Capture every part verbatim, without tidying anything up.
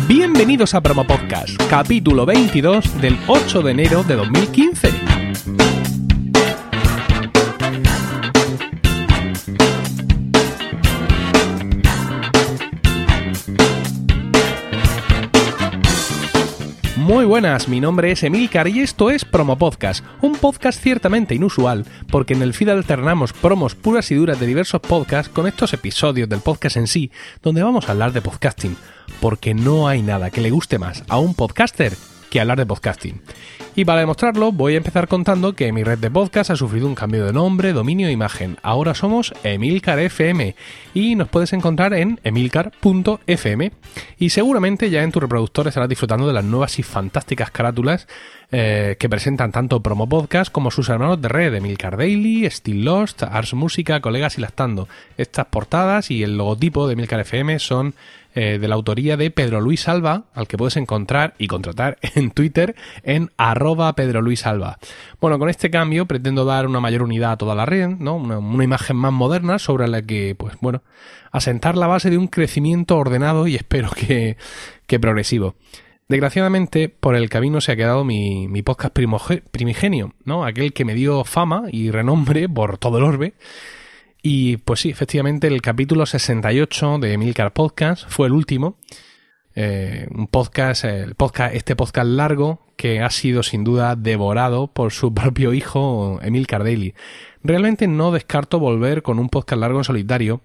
Bienvenidos a Promo Podcast, capítulo veintidós del ocho de enero de dos mil quince. Muy buenas, mi nombre es Emilcar y esto es Promo Podcast, un podcast ciertamente inusual porque en el feed alternamos promos puras y duras de diversos podcasts con estos episodios del podcast en sí, donde vamos a hablar de podcasting, porque no hay nada que le guste más a un podcaster que hablar de podcasting. Y para demostrarlo voy a empezar contando que mi red de podcast ha sufrido un cambio de nombre, dominio e imagen. Ahora somos Emilcar F M y nos puedes encontrar en emilcar punto f m. Y seguramente ya en tu reproductor estarás disfrutando de las nuevas y fantásticas carátulas eh, que presentan tanto Promo Podcast como sus hermanos de red, Emilcar Daily, Still Lost, Ars Música, Colegas y Lactando. Estas portadas y el logotipo de Emilcar F M son eh, de la autoría de Pedro Luis Alba, al que puedes encontrar y contratar en Twitter en arroba Pedro Luis Alba. Bueno, con este cambio pretendo dar una mayor unidad a toda la red, ¿no? Una, una imagen más moderna sobre la que, pues bueno, asentar la base de un crecimiento ordenado y espero que, que progresivo. Desgraciadamente, por el camino se ha quedado mi, mi podcast primoge, primigenio, ¿no? Aquel que me dio fama y renombre por todo el orbe. Y pues sí, efectivamente, el capítulo sesenta y ocho de Emilcar Podcast fue el último. Eh, un podcast, el podcast, este podcast largo que ha sido sin duda devorado por su propio hijo Emilcar Daily. Realmente no descarto volver con un podcast largo en solitario,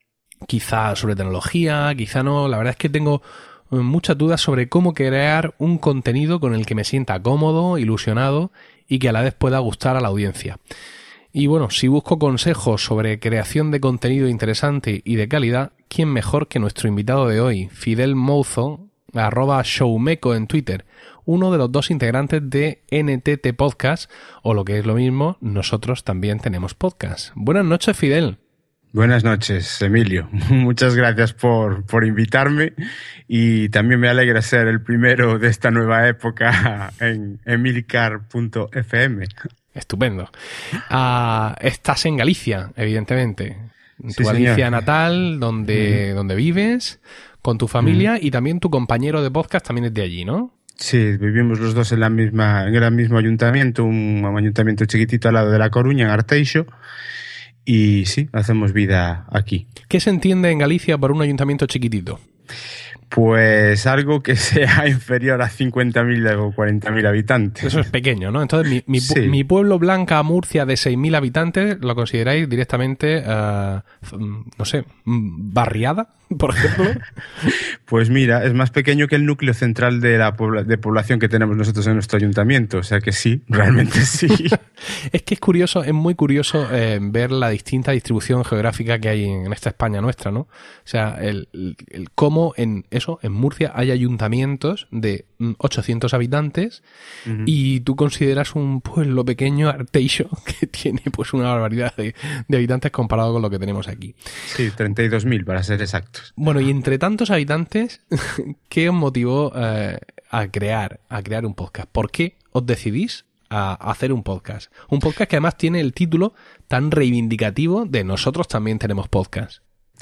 quizá sobre tecnología, quizá no. La verdad es que tengo muchas dudas sobre cómo crear un contenido con el que me sienta cómodo, ilusionado y que a la vez pueda gustar a la audiencia. Y bueno, si busco consejos sobre creación de contenido interesante y de calidad, ¿quién mejor que nuestro invitado de hoy, Fidel Mouzo, arroba Showmeco en Twitter, uno de los dos integrantes de N T T Podcast, o lo que es lo mismo, nosotros también tenemos podcast. Buenas noches, Fidel. Buenas noches, Emilio. Muchas gracias por, por invitarme y también me alegra ser el primero de esta nueva época en emilcar punto f m. Estupendo. Uh, estás en Galicia, evidentemente. En tu sí, Galicia señor. natal, donde, mm. donde vives, con tu familia mm. y también tu compañero de podcast también es de allí, ¿no? Sí, vivimos los dos en la misma, en el mismo ayuntamiento, un ayuntamiento chiquitito al lado de La Coruña, en Arteixo. Y sí, hacemos vida aquí. ¿Qué se entiende en Galicia por un ayuntamiento chiquitito? Pues algo que sea inferior a cincuenta mil o cuarenta mil habitantes. Eso es pequeño, ¿no? Entonces, mi, mi, sí. mi pueblo Blanca, Murcia, de seis mil habitantes, ¿lo consideráis directamente, uh, no sé, barriada, por ejemplo? Pues mira, es más pequeño que el núcleo central de la pobla- de población que tenemos nosotros en nuestro ayuntamiento. O sea que sí, realmente sí. Es que es curioso, es muy curioso eh, ver la distinta distribución geográfica que hay en, en esta España nuestra, ¿no? O sea, el, el, el cómo en eso, en Murcia hay ayuntamientos de ochocientos habitantes uh-huh. y tú consideras un pueblo pequeño, Arteixo, que tiene pues una barbaridad de, de habitantes comparado con lo que tenemos aquí. Sí, treinta y dos mil para ser exactos. Bueno, y entre tantos habitantes, ¿qué os motivó eh, a crear, a crear un podcast? ¿Por qué os decidís a hacer un podcast? Un podcast que además tiene el título tan reivindicativo de nosotros también tenemos podcast.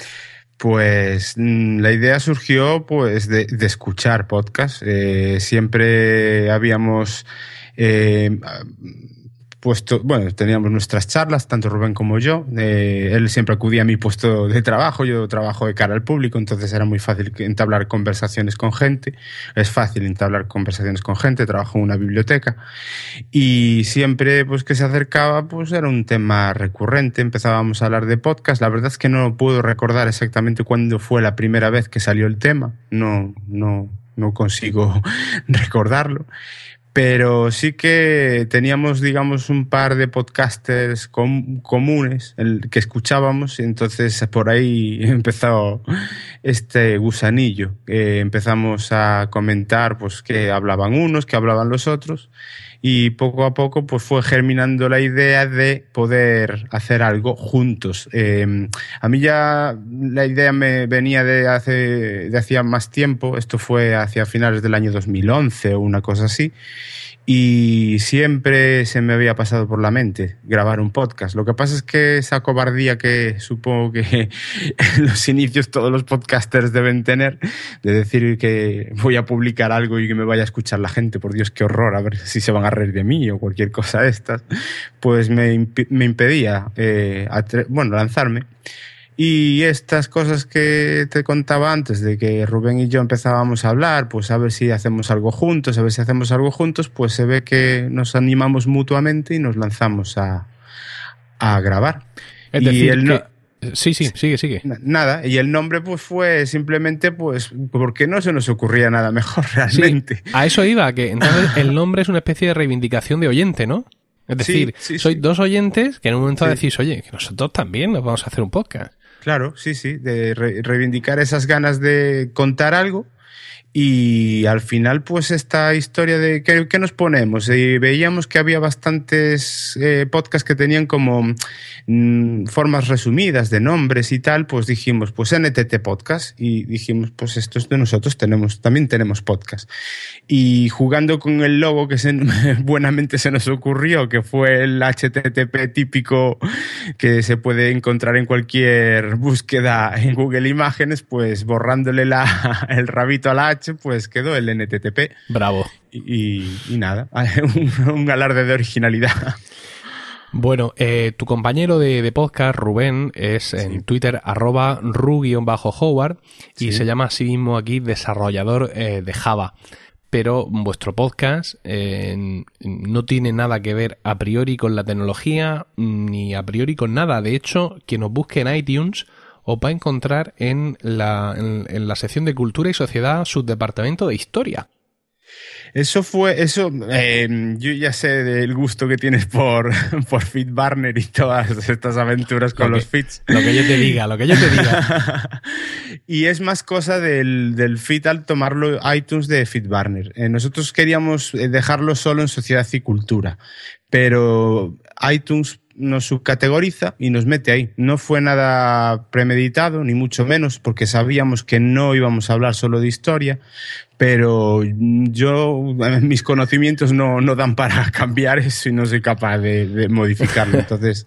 Pues la idea surgió pues de, de escuchar podcasts. Eh, siempre habíamos eh, puesto, bueno, teníamos nuestras charlas, tanto Rubén como yo. Eh, él siempre acudía a mi puesto de trabajo, yo trabajo de cara al público, entonces era muy fácil entablar conversaciones con gente. Es fácil entablar conversaciones con gente, trabajo en una biblioteca. Y siempre pues que se acercaba, pues era un tema recurrente, empezábamos a hablar de podcast. La verdad es que no puedo recordar exactamente cuándo fue la primera vez que salió el tema, no, no, no consigo recordarlo. Pero sí que teníamos, digamos, un par de podcasters com- comunes el, que escuchábamos, y entonces por ahí empezó este gusanillo. Eh, empezamos a comentar pues que hablaban unos, que hablaban los otros, y poco a poco pues fue germinando la idea de poder hacer algo juntos. Eh, a mí ya la idea me venía de hace de hacía más tiempo, esto fue hacia finales del año dos mil once o una cosa así, y siempre se me había pasado por la mente grabar un podcast. Lo que pasa es que esa cobardía que supongo que en los inicios todos los podcasters deben tener, de decir que voy a publicar algo y que me vaya a escuchar la gente, por Dios, qué horror, a ver si se van a reír de mí o cualquier cosa de estas, pues me, imp- me impedía eh, atre- bueno, lanzarme. Y estas cosas que te contaba antes, de que Rubén y yo empezábamos a hablar, pues a ver si hacemos algo juntos, a ver si hacemos algo juntos, pues se ve que nos animamos mutuamente y nos lanzamos a, a grabar. Es y decir, el no- que... Sí, sí, sigue, sigue. Nada, y el nombre pues fue simplemente pues porque no se nos ocurría nada mejor realmente. Sí, a eso iba, que entonces el nombre es una especie de reivindicación de oyente, ¿no? Es decir, Sí, sí, sois sí. dos oyentes que en un momento Sí. decís, oye, que nosotros también nos vamos a hacer un podcast. Claro, sí, sí, de re- reivindicar esas ganas de contar algo. Y al final, pues esta historia de ¿qué, qué nos ponemos? Y veíamos que había bastantes eh, podcasts que tenían como mm, formas resumidas de nombres y tal, pues dijimos, pues N T T Podcast. Y dijimos, pues esto es de nosotros, tenemos, también tenemos podcast. Y jugando con el logo que se, buenamente se nos ocurrió, que fue el H T T P típico que se puede encontrar en cualquier búsqueda en Google Imágenes, pues borrándole la, el rabito a la H, pues quedó el N T T P. Bravo. Y, y nada, un, un alarde de originalidad. Bueno, eh, tu compañero de, de podcast, Rubén, es Sí. en Twitter arroba ru-howard y Sí. se llama a sí mismo aquí desarrollador eh, de Java. Pero vuestro podcast eh, no tiene nada que ver a priori con la tecnología ni a priori con nada. De hecho, quien os busque en iTunes os va a encontrar en la, en, en la sección de Cultura y Sociedad, subdepartamento de Historia. Eso fue, eso, eh, yo ya sé del gusto que tienes por, por FeedBurner y todas estas aventuras con Lo los que- feeds. Lo que yo te diga, lo que yo te diga. Y es más cosa del, del feed al tomarlo iTunes de FeedBurner. Eh, nosotros queríamos eh, dejarlo solo en Sociedad y Cultura, pero iTunes nos subcategoriza y nos mete ahí. No fue nada premeditado, ni mucho menos, porque sabíamos que no íbamos a hablar solo de historia, pero yo, mis conocimientos no, no dan para cambiar eso y no soy capaz de, de modificarlo. Entonces,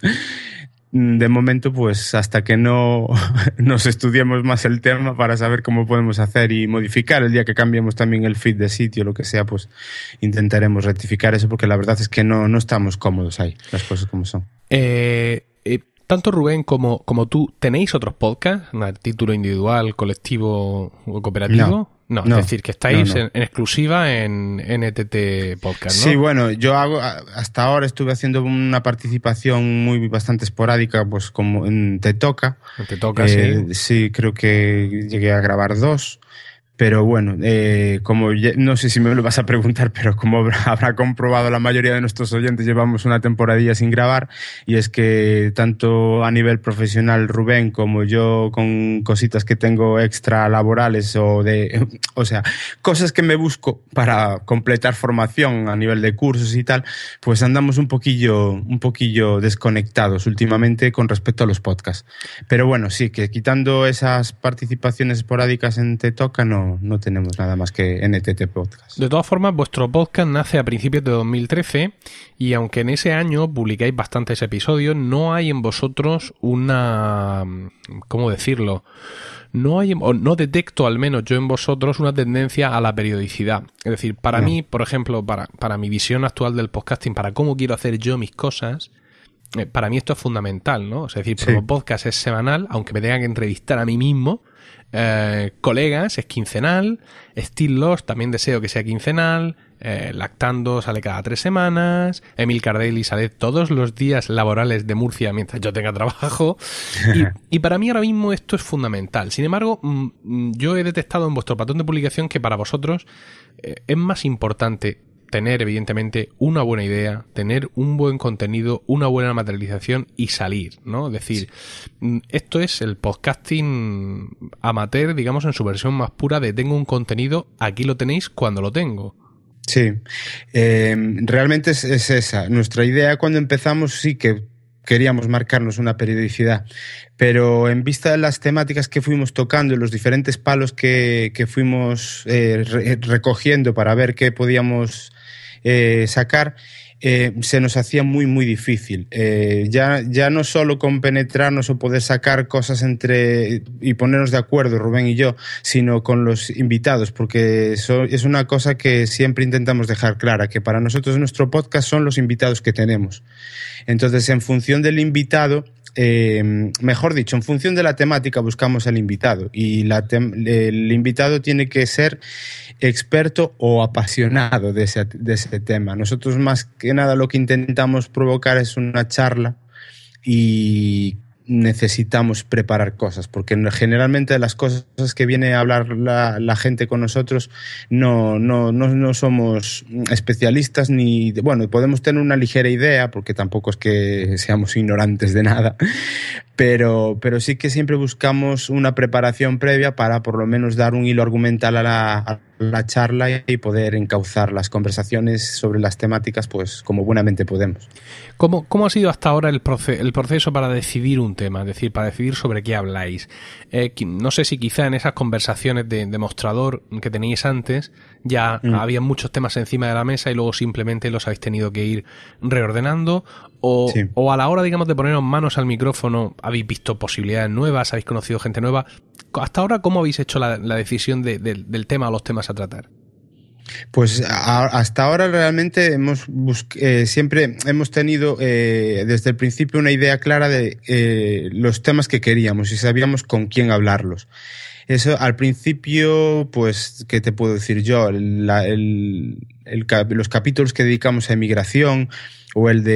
de momento, pues hasta que no nos estudiemos más el tema para saber cómo podemos hacer y modificar, el día que cambiemos también el feed de sitio, lo que sea, pues intentaremos rectificar eso, porque la verdad es que no, no estamos cómodos ahí, las cosas como son. Eh, eh, tanto Rubén como, como tú, ¿tenéis otros podcasts a título individual, colectivo o cooperativo? No. No, No, es decir, que estáis no, no. En, en exclusiva en N T T Podcast, ¿no? Sí, bueno, yo hago, hasta ahora estuve haciendo una participación muy bastante esporádica, pues como en Te Toca. Te toca, Eh, sí. sí, creo que llegué a grabar dos. Pero bueno, eh, como ya- no sé si me lo vas a preguntar, pero como habrá, habrá comprobado la mayoría de nuestros oyentes, llevamos una temporadilla sin grabar, y es que tanto a nivel profesional Rubén como yo, con cositas que tengo extra laborales o de, o sea, cosas que me busco para completar formación a nivel de cursos y tal, pues andamos un poquillo, un poquillo desconectados últimamente con respecto a los podcasts. Pero bueno, sí, que quitando esas participaciones esporádicas en Te Toca, no, no tenemos nada más que N T T Podcast. De todas formas, vuestro podcast nace a principios de dos mil trece y aunque en ese año publicáis bastantes episodios, no hay en vosotros una... ¿cómo decirlo? No hay, o no detecto al menos yo en vosotros una tendencia a la periodicidad. Es decir, para No. mí, por ejemplo, para, para mi visión actual del podcasting, para cómo quiero hacer yo mis cosas, eh, para mí esto es fundamental, ¿no? Es decir, Sí. Promo Podcast es semanal, aunque me tenga que entrevistar a mí mismo. Eh, colegas es quincenal, Still Lost también deseo que sea quincenal, eh, Lactando sale cada tres semanas, Emil Cardelli sale todos los días laborales de Murcia mientras yo tenga trabajo y, y para mí ahora mismo esto es fundamental. Sin embargo, mm, yo he detectado en vuestro patrón de publicación que para vosotros eh, es más importante tener evidentemente una buena idea, tener un buen contenido, una buena materialización y salir, ¿no? Es decir, sí. Esto es el podcasting amateur, digamos, en su versión más pura de tengo un contenido, aquí lo tenéis cuando lo tengo. Sí, eh, realmente es, es esa. Nuestra idea cuando empezamos sí que queríamos marcarnos una periodicidad, pero en vista de las temáticas que fuimos tocando y los diferentes palos que, que fuimos eh, re recogiendo para ver qué podíamos eh, sacar, eh, se nos hacía muy, muy difícil. Eh, ya, ya no solo con penetrarnos o poder sacar cosas entre y ponernos de acuerdo, Rubén y yo, sino con los invitados, porque eso es una cosa que siempre intentamos dejar clara, que para nosotros nuestro podcast son los invitados que tenemos. Entonces, en función del invitado, eh, mejor dicho, en función de la temática buscamos el invitado, y la el invitado tiene que ser experto o apasionado de ese, de ese tema. Nosotros más que nada lo que intentamos provocar es una charla y necesitamos preparar cosas, porque generalmente las cosas que viene a hablar la, la gente con nosotros no, no, no, no somos especialistas ni, bueno, podemos tener una ligera idea, porque tampoco es que seamos ignorantes de nada, pero, pero sí que siempre buscamos una preparación previa para por lo menos dar un hilo argumental a la, a la charla y poder encauzar las conversaciones sobre las temáticas pues como buenamente podemos. ¿Cómo, cómo ha sido hasta ahora el, proce el proceso para decidir un tema? Es decir, para decidir sobre qué habláis. Eh, no sé si quizá en esas conversaciones de, de mostrador que teníais antes ya mm. había muchos temas encima de la mesa y luego simplemente los habéis tenido que ir reordenando, o, sí. o a la hora, digamos, de poneros manos al micrófono habéis visto posibilidades nuevas, habéis conocido gente nueva. Hasta ahora, ¿cómo habéis hecho la, la decisión de, de, del tema o los temas a tratar? Pues a, hasta ahora realmente hemos eh, siempre hemos tenido eh, desde el principio una idea clara de eh, los temas que queríamos y sabíamos con quién hablarlos. Eso al principio, pues, ¿qué te puedo decir yo? La, el, el, los capítulos que dedicamos a emigración o el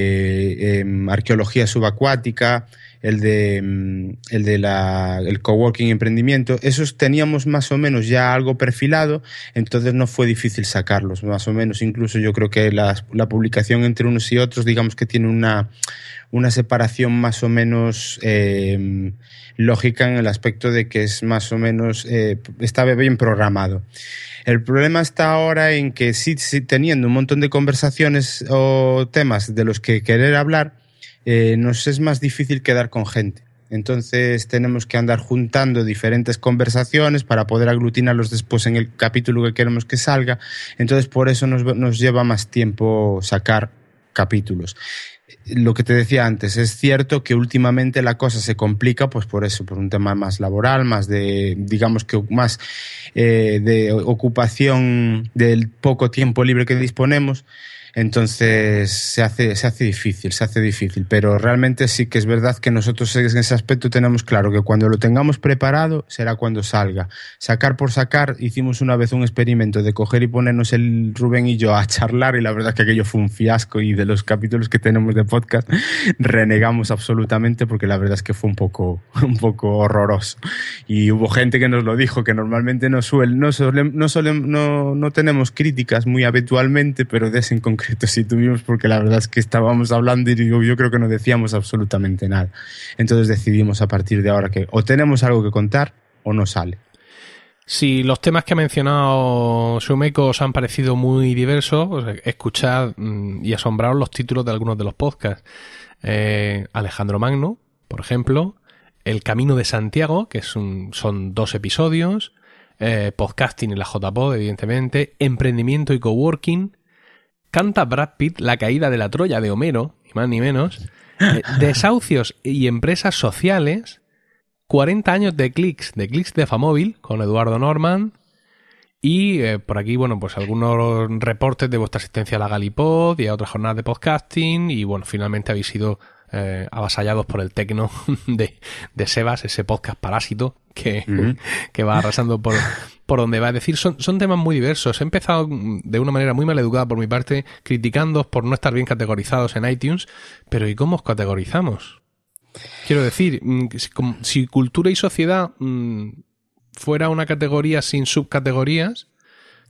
de eh, arqueología subacuática, el de el de la el coworking y emprendimiento, esos teníamos más o menos ya algo perfilado, entonces no fue difícil sacarlos, más o menos. Incluso yo creo que la, la publicación entre unos y otros, digamos que tiene una una separación más o menos eh, lógica, en el aspecto de que es más o menos eh, está bien programado. El problema está ahora en que sí, sí, teniendo un montón de conversaciones o temas de los que querer hablar, Eh, nos es más difícil quedar con gente. Entonces tenemos que andar juntando diferentes conversaciones para poder aglutinarlos después en el capítulo que queremos que salga. Entonces por eso nos, nos lleva más tiempo sacar capítulos. Lo que te decía antes, es cierto que últimamente la cosa se complica, pues por eso, por un tema más laboral, más de, digamos que más eh, de ocupación del poco tiempo libre que disponemos. Entonces se hace, se hace difícil, se hace difícil, pero realmente sí que es verdad que nosotros en ese aspecto tenemos claro que cuando lo tengamos preparado será cuando salga. Sacar por sacar, hicimos una vez un experimento de coger y ponernos el Rubén y yo a charlar, y la verdad que aquello fue un fiasco, y de los capítulos que tenemos de podcast renegamos absolutamente, porque la verdad es que fue un poco, un poco horroroso. Y hubo gente que nos lo dijo, que normalmente no suele, no, suele, no, suele, no, no tenemos críticas muy habitualmente, pero de ese en concreto sí tuvimos, porque la verdad es que estábamos hablando y digo, yo creo que no decíamos absolutamente nada. Entonces decidimos a partir de ahora que o tenemos algo que contar o no sale. Si los temas que ha mencionado Shoumeko os han parecido muy diversos, pues escuchad y asombraos los títulos de algunos de los podcasts. Eh, Alejandro Magno, por ejemplo, El Camino de Santiago, que es un, son dos episodios, eh, Podcasting y la J P O D, evidentemente, Emprendimiento y Coworking, Canta Brad Pitt La caída de la Troya de Homero, ni más ni menos, eh, Desahucios y empresas sociales, cuarenta años de clics, de clics de Famóvil, con Eduardo Norman, y eh, por aquí, bueno, pues algunos reportes de vuestra asistencia a la Galipod y a otras jornadas de podcasting, y bueno, finalmente habéis sido eh, avasallados por el tecno de, de Sebas, ese podcast parásito que, uh-huh. que va arrasando por, por donde va. Es decir, son, son temas muy diversos. He empezado de una manera muy maleducada por mi parte, criticándoos por no estar bien categorizados en iTunes, pero ¿y cómo os categorizamos? Quiero decir, si cultura y sociedad mmm, fuera una categoría sin subcategorías,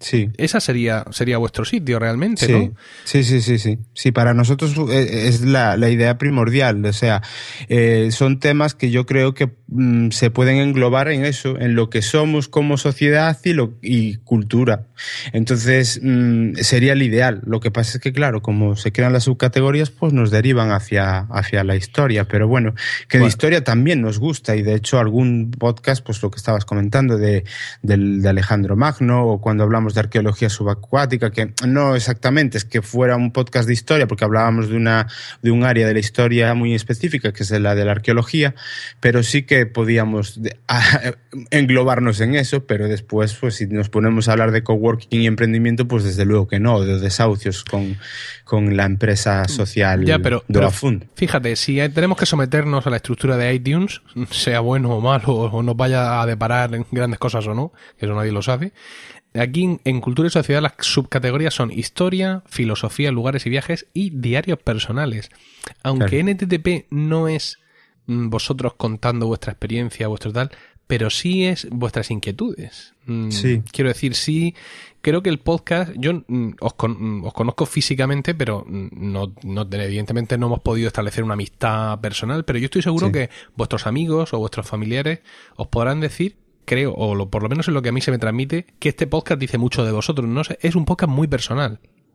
Sí. Esa sería, sería vuestro sitio realmente, sí. ¿no? Sí, sí, sí, sí. Sí, para nosotros es la, la idea primordial. O sea, eh, son temas que yo creo que mm, se pueden englobar en eso, en lo que somos como sociedad y, lo, y cultura. Entonces, mm, sería el ideal. Lo que pasa es que, claro, como se crean las subcategorías, pues nos derivan hacia, hacia la historia. Pero bueno, que Bueno. de historia también nos gusta. Y de hecho, algún podcast, pues lo que estabas comentando de, de, de Alejandro Magno, o cuando hablamos de arqueología subacuática, que no exactamente es que fuera un podcast de historia, porque hablábamos de una de un área de la historia muy específica, que es la de la arqueología, pero sí que podíamos de, a, englobarnos en eso, pero después, pues si nos ponemos a hablar de coworking y emprendimiento, pues desde luego que no, de desahucios con, con la empresa social ya, pero, de pero Dofund. Fíjate, si tenemos que someternos a la estructura de iTunes, sea bueno o malo, o nos vaya a deparar en grandes cosas o no, que eso nadie lo sabe. Aquí en, en Cultura y Sociedad las subcategorías son historia, filosofía, lugares y viajes y diarios personales. Aunque Claro. N T T P no es mm, vosotros contando vuestra experiencia, vuestro tal, pero sí es vuestras inquietudes. Mm, Sí. Quiero decir, sí, creo que el podcast, yo mm, os, con, os conozco físicamente, pero no, no, evidentemente no hemos podido establecer una amistad personal, pero yo estoy seguro Sí. que vuestros amigos o vuestros familiares os podrán decir, creo, o lo, por lo menos es lo que a mí se me transmite, que este podcast dice mucho de vosotros. No sé, es un podcast muy personal.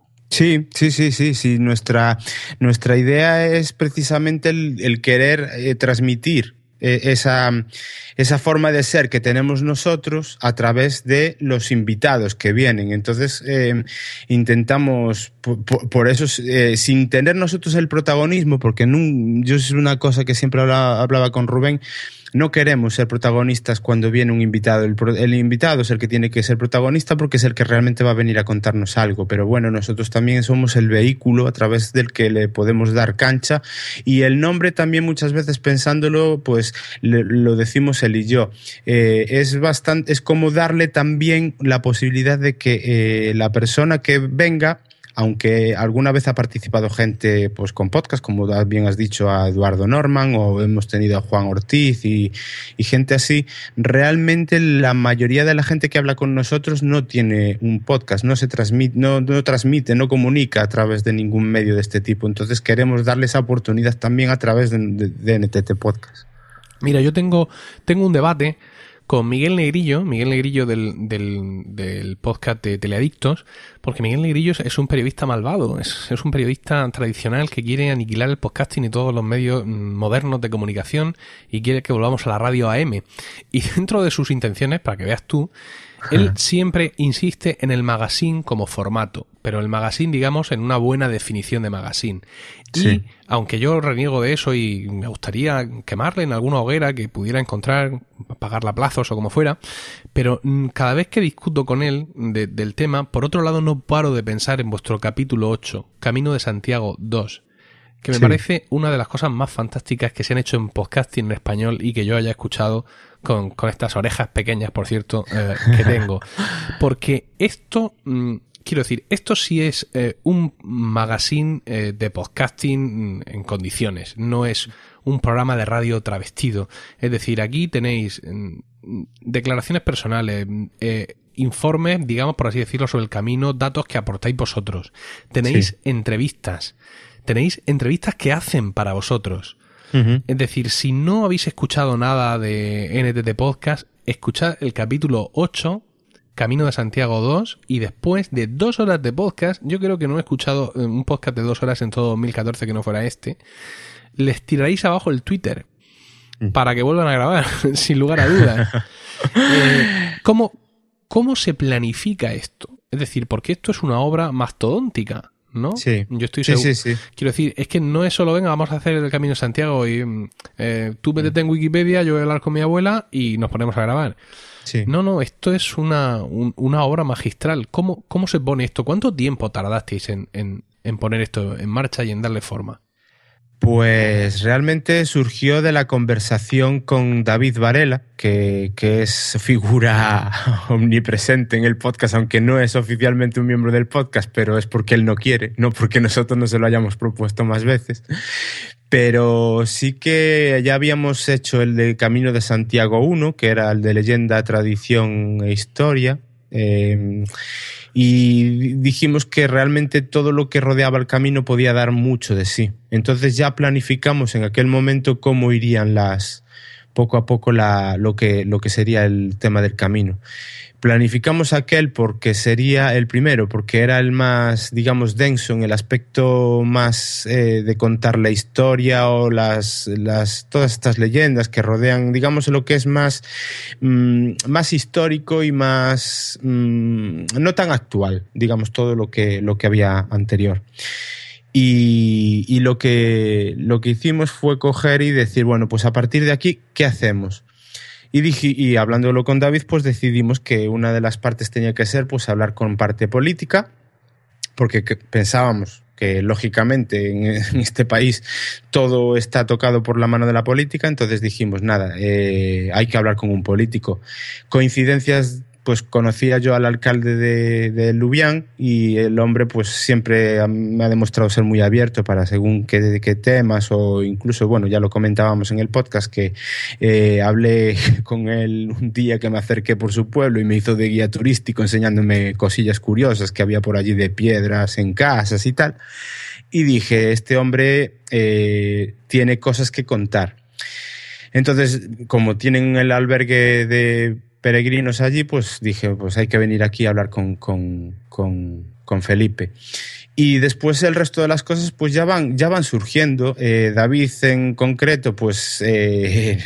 Sí, sí, sí, sí, sí. Nuestra, nuestra idea es precisamente el, el querer eh, transmitir eh, esa, esa forma de ser que tenemos nosotros a través de los invitados que vienen. Entonces, eh, intentamos, por, por, por eso, eh, sin tener nosotros el protagonismo, porque no, yo es una cosa que siempre hablaba, hablaba con Rubén, no queremos ser protagonistas cuando viene un invitado. El, el invitado es el que tiene que ser protagonista porque es el que realmente va a venir a contarnos algo. Pero bueno, nosotros también somos el vehículo a través del que le podemos dar cancha. Y el nombre también muchas veces pensándolo, pues le, lo decimos él y yo. Eh, es bastante, es como darle también la posibilidad de que eh, la persona que venga, aunque alguna vez ha participado gente pues con podcast, como bien has dicho, a Eduardo Norman, o hemos tenido a Juan Ortiz y, y gente así, realmente la mayoría de la gente que habla con nosotros no tiene un podcast, no se transmite, no, no transmite, no comunica a través de ningún medio de este tipo. Entonces queremos darle esa oportunidad también a través de, de, de N T T Podcast. Mira, yo tengo, tengo un debate con Miguel Negrillo, Miguel Negrillo del, del, del podcast de Teleadictos, porque Miguel Negrillo es un periodista malvado, es, es un periodista tradicional que quiere aniquilar el podcasting y todos los medios modernos de comunicación y quiere que volvamos a la radio A M. Y dentro de sus intenciones, para que veas tú, él siempre insiste en el magazine como formato, pero el magazine, digamos, en una buena definición de magazine. Y sí. Aunque yo reniego de eso y me gustaría quemarle en alguna hoguera que pudiera encontrar, pagarla a plazos o como fuera, pero cada vez que discuto con él de, del tema, por otro lado no paro de pensar en vuestro capítulo ocho, Camino de Santiago dos, que me sí. parece una de las cosas más fantásticas que se han hecho en podcasting en español y que yo haya escuchado con, con estas orejas pequeñas, por cierto, eh, que tengo. Porque esto... Mmm, Quiero decir, esto sí es eh, un magazine eh, de podcasting en condiciones, no es un programa de radio travestido. Es decir, aquí tenéis mm, declaraciones personales, eh, informes, digamos, por así decirlo, sobre el camino, datos que aportáis vosotros. Tenéis sí. entrevistas, tenéis entrevistas que hacen para vosotros. Uh-huh. Es decir, si no habéis escuchado nada de N T T Podcast, escuchad el capítulo ocho, Camino de Santiago dos, y después de dos horas de podcast, yo creo que no he escuchado un podcast de dos horas en todo dos mil catorce que no fuera este, les tiraréis abajo el Twitter para que vuelvan a grabar, sin lugar a dudas. Eh, ¿cómo, ¿Cómo se planifica esto? Es decir, porque esto es una obra mastodóntica, ¿no? Sí. Yo estoy sí, seguro. Sí, sí. Quiero decir, es que no es solo, venga, vamos a hacer el Camino de Santiago y eh, tú métete en Wikipedia, yo voy a hablar con mi abuela y nos ponemos a grabar. Sí. No, no, esto es una, un, una obra magistral. ¿Cómo, ¿Cómo se pone esto? ¿Cuánto tiempo tardasteis en, en, en poner esto en marcha y en darle forma? Pues realmente surgió de la conversación con David Varela, que, que es figura omnipresente en el podcast, aunque no es oficialmente un miembro del podcast, pero es porque él no quiere, no porque nosotros no se lo hayamos propuesto más veces. Pero sí que ya habíamos hecho el de Camino de Santiago uno, que era el de leyenda, tradición e historia. Eh, y dijimos que realmente todo lo que rodeaba el camino podía dar mucho de sí. Entonces ya planificamos en aquel momento cómo irían las, poco a poco la, lo, que, lo que sería el tema del camino. Planificamos aquel porque sería el primero, porque era el más, digamos, denso en el aspecto más eh, de contar la historia o las, las, todas estas leyendas que rodean, digamos, lo que es más, mmm, más histórico y más, mmm, no tan actual, digamos, todo lo que, lo que había anterior. Y, y lo, que, lo que hicimos fue coger y decir, bueno, pues a partir de aquí, ¿qué hacemos? Y, dije, y hablándolo con David, pues decidimos que una de las partes tenía que ser pues hablar con parte política, porque que pensábamos que lógicamente en, en este país todo está tocado por la mano de la política, entonces dijimos, nada, eh, hay que hablar con un político. Coincidencias, pues conocía yo al alcalde de, de Lubián y el hombre pues siempre me ha demostrado ser muy abierto para según qué, qué temas, o incluso, bueno, ya lo comentábamos en el podcast que eh, hablé con él un día que me acerqué por su pueblo y me hizo de guía turístico enseñándome cosillas curiosas que había por allí de piedras en casas y tal, y dije, este hombre eh, tiene cosas que contar. Entonces, como tienen el albergue de peregrinos allí, pues dije, pues hay que venir aquí a hablar con, con, con, con Felipe. Y después el resto de las cosas pues ya van, ya van surgiendo. Eh, David en concreto pues eh,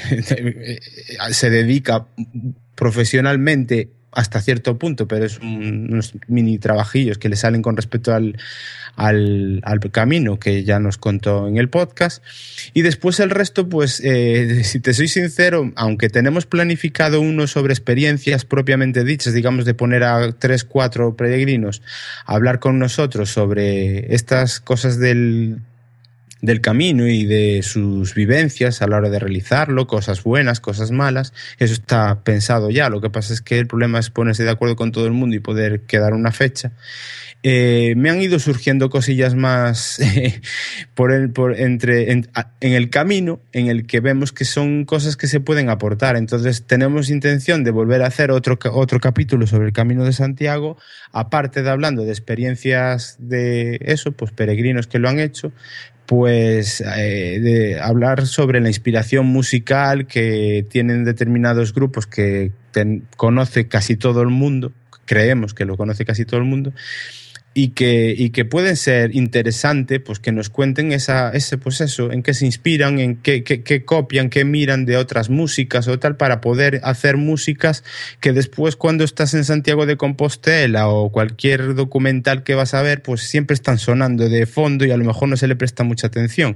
se dedica profesionalmente hasta cierto punto, pero es un, unos mini trabajillos que le salen con respecto al, al, al camino que ya nos contó en el podcast. Y después el resto, pues, eh, si te soy sincero, aunque tenemos planificado uno sobre experiencias propiamente dichas, digamos de poner a tres, cuatro peregrinos a hablar con nosotros sobre estas cosas del del camino y de sus vivencias a la hora de realizarlo, cosas buenas, cosas malas, eso está pensado ya. Lo que pasa es que el problema es ponerse de acuerdo con todo el mundo y poder quedar una fecha. Eh, me han ido surgiendo cosillas más eh, por el, por entre, en, en el camino, en el que vemos que son cosas que se pueden aportar. Entonces tenemos intención de volver a hacer otro, otro capítulo sobre el Camino de Santiago, aparte de hablando de experiencias de eso, pues peregrinos que lo han hecho, pues eh, de hablar sobre la inspiración musical que tienen determinados grupos que ten, conoce casi todo el mundo, creemos que lo conoce casi todo el mundo, y que, y que pueden ser interesante, pues que nos cuenten esa, ese, pues eso, en qué se inspiran, en qué, qué, qué copian, qué miran de otras músicas o tal, para poder hacer músicas que después cuando estás en Santiago de Compostela o cualquier documental que vas a ver, pues siempre están sonando de fondo y a lo mejor no se le presta mucha atención.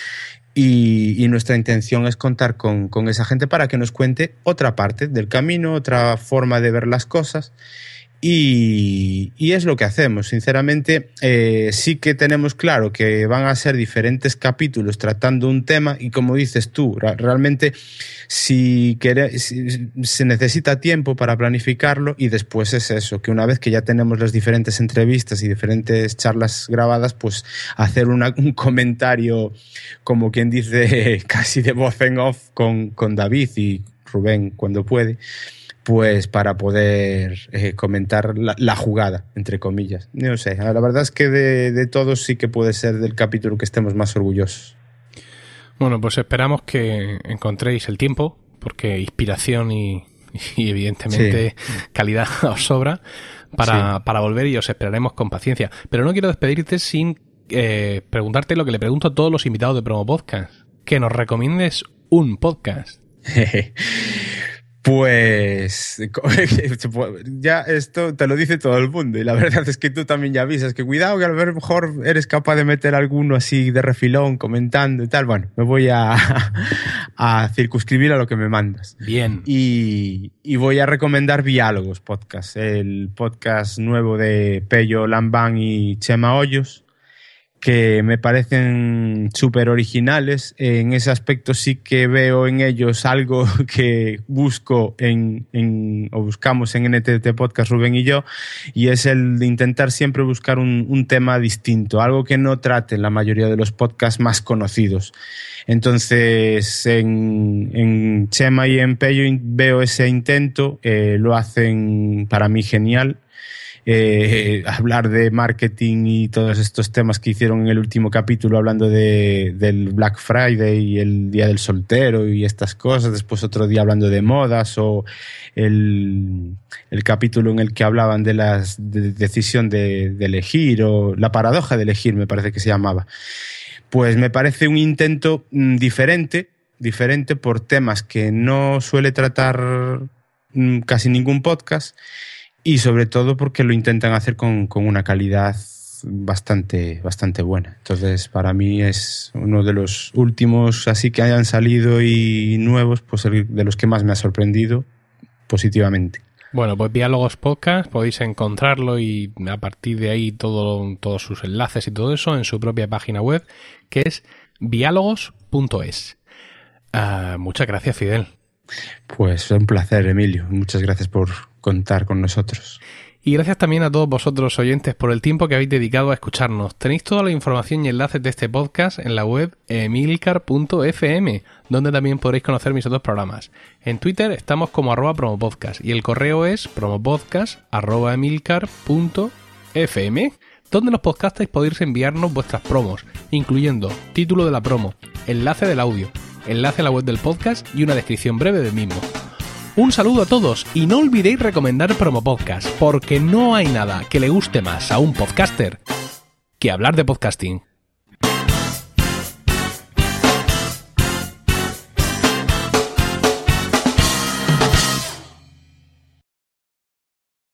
Y, y nuestra intención es contar con, con esa gente para que nos cuente otra parte del camino, otra forma de ver las cosas. Y, y es lo que hacemos. Sinceramente, eh, sí que tenemos claro que van a ser diferentes capítulos tratando un tema y como dices tú, realmente si, quere, si se necesita tiempo para planificarlo y después es eso, que una vez que ya tenemos las diferentes entrevistas y diferentes charlas grabadas, pues hacer una, un comentario, como quien dice, casi de voz en off con, con David y Rubén cuando puede, pues para poder eh, comentar la, la jugada, entre comillas. No sé, la verdad es que de, de todos sí que puede ser del capítulo que estemos más orgullosos. Bueno, pues esperamos que encontréis el tiempo, porque inspiración y, y evidentemente sí. calidad os sobra para, sí. para volver y os esperaremos con paciencia. Pero no quiero despedirte sin eh, preguntarte lo que le pregunto a todos los invitados de Promo Podcast. Que nos recomiendes un podcast. Pues ya esto te lo dice todo el mundo y la verdad es que tú también ya avisas que cuidado que a lo mejor eres capaz de meter alguno así de refilón comentando y tal. Bueno, me voy a, a circunscribir a lo que me mandas. Bien. Y, y voy a recomendar Diálogos Podcast, el podcast nuevo de Pello Lambán y Chema Hoyos, que me parecen súper originales. En ese aspecto sí que veo en ellos algo que busco en, en o buscamos en N T T Podcast, Rubén y yo, y es el de intentar siempre buscar un, un tema distinto, algo que no trate la mayoría de los podcasts más conocidos. Entonces, en, en Chema y en Pello veo ese intento, eh, lo hacen para mí genial. eh, hablar de marketing y todos estos temas que hicieron en el último capítulo, hablando de, del Black Friday y el Día del Soltero y estas cosas. Después otro día hablando de modas, o el, el capítulo en el que hablaban de la de decisión de, de elegir, o la paradoja de elegir, me parece que se llamaba. Pues me parece un intento mmm, diferente, diferente por temas que no suele tratar mmm, casi ningún podcast, y sobre todo porque lo intentan hacer con, con una calidad bastante, bastante buena. Entonces, para mí es uno de los últimos así que hayan salido y nuevos, pues de los que más me ha sorprendido positivamente. Bueno, pues Diálogos Podcast, podéis encontrarlo y a partir de ahí todo, todos sus enlaces y todo eso en su propia página web, que es diálogos punto es. Uh, muchas gracias, Fidel. Pues un placer, Emilio. Muchas gracias por contar con nosotros. Y gracias también a todos vosotros, oyentes, por el tiempo que habéis dedicado a escucharnos. Tenéis toda la información y enlaces de este podcast en la web emilcar punto efe eme, donde también podréis conocer mis otros programas. En Twitter estamos como arroba promopodcast y el correo es promopodcast arroba emilcar punto efe eme, donde los podcastáis podéis enviarnos vuestras promos, incluyendo título de la promo, enlace del audio, enlace a la web del podcast y una descripción breve del mismo. Un saludo a todos y no olvidéis recomendar Promopodcast, porque no hay nada que le guste más a un podcaster que hablar de podcasting.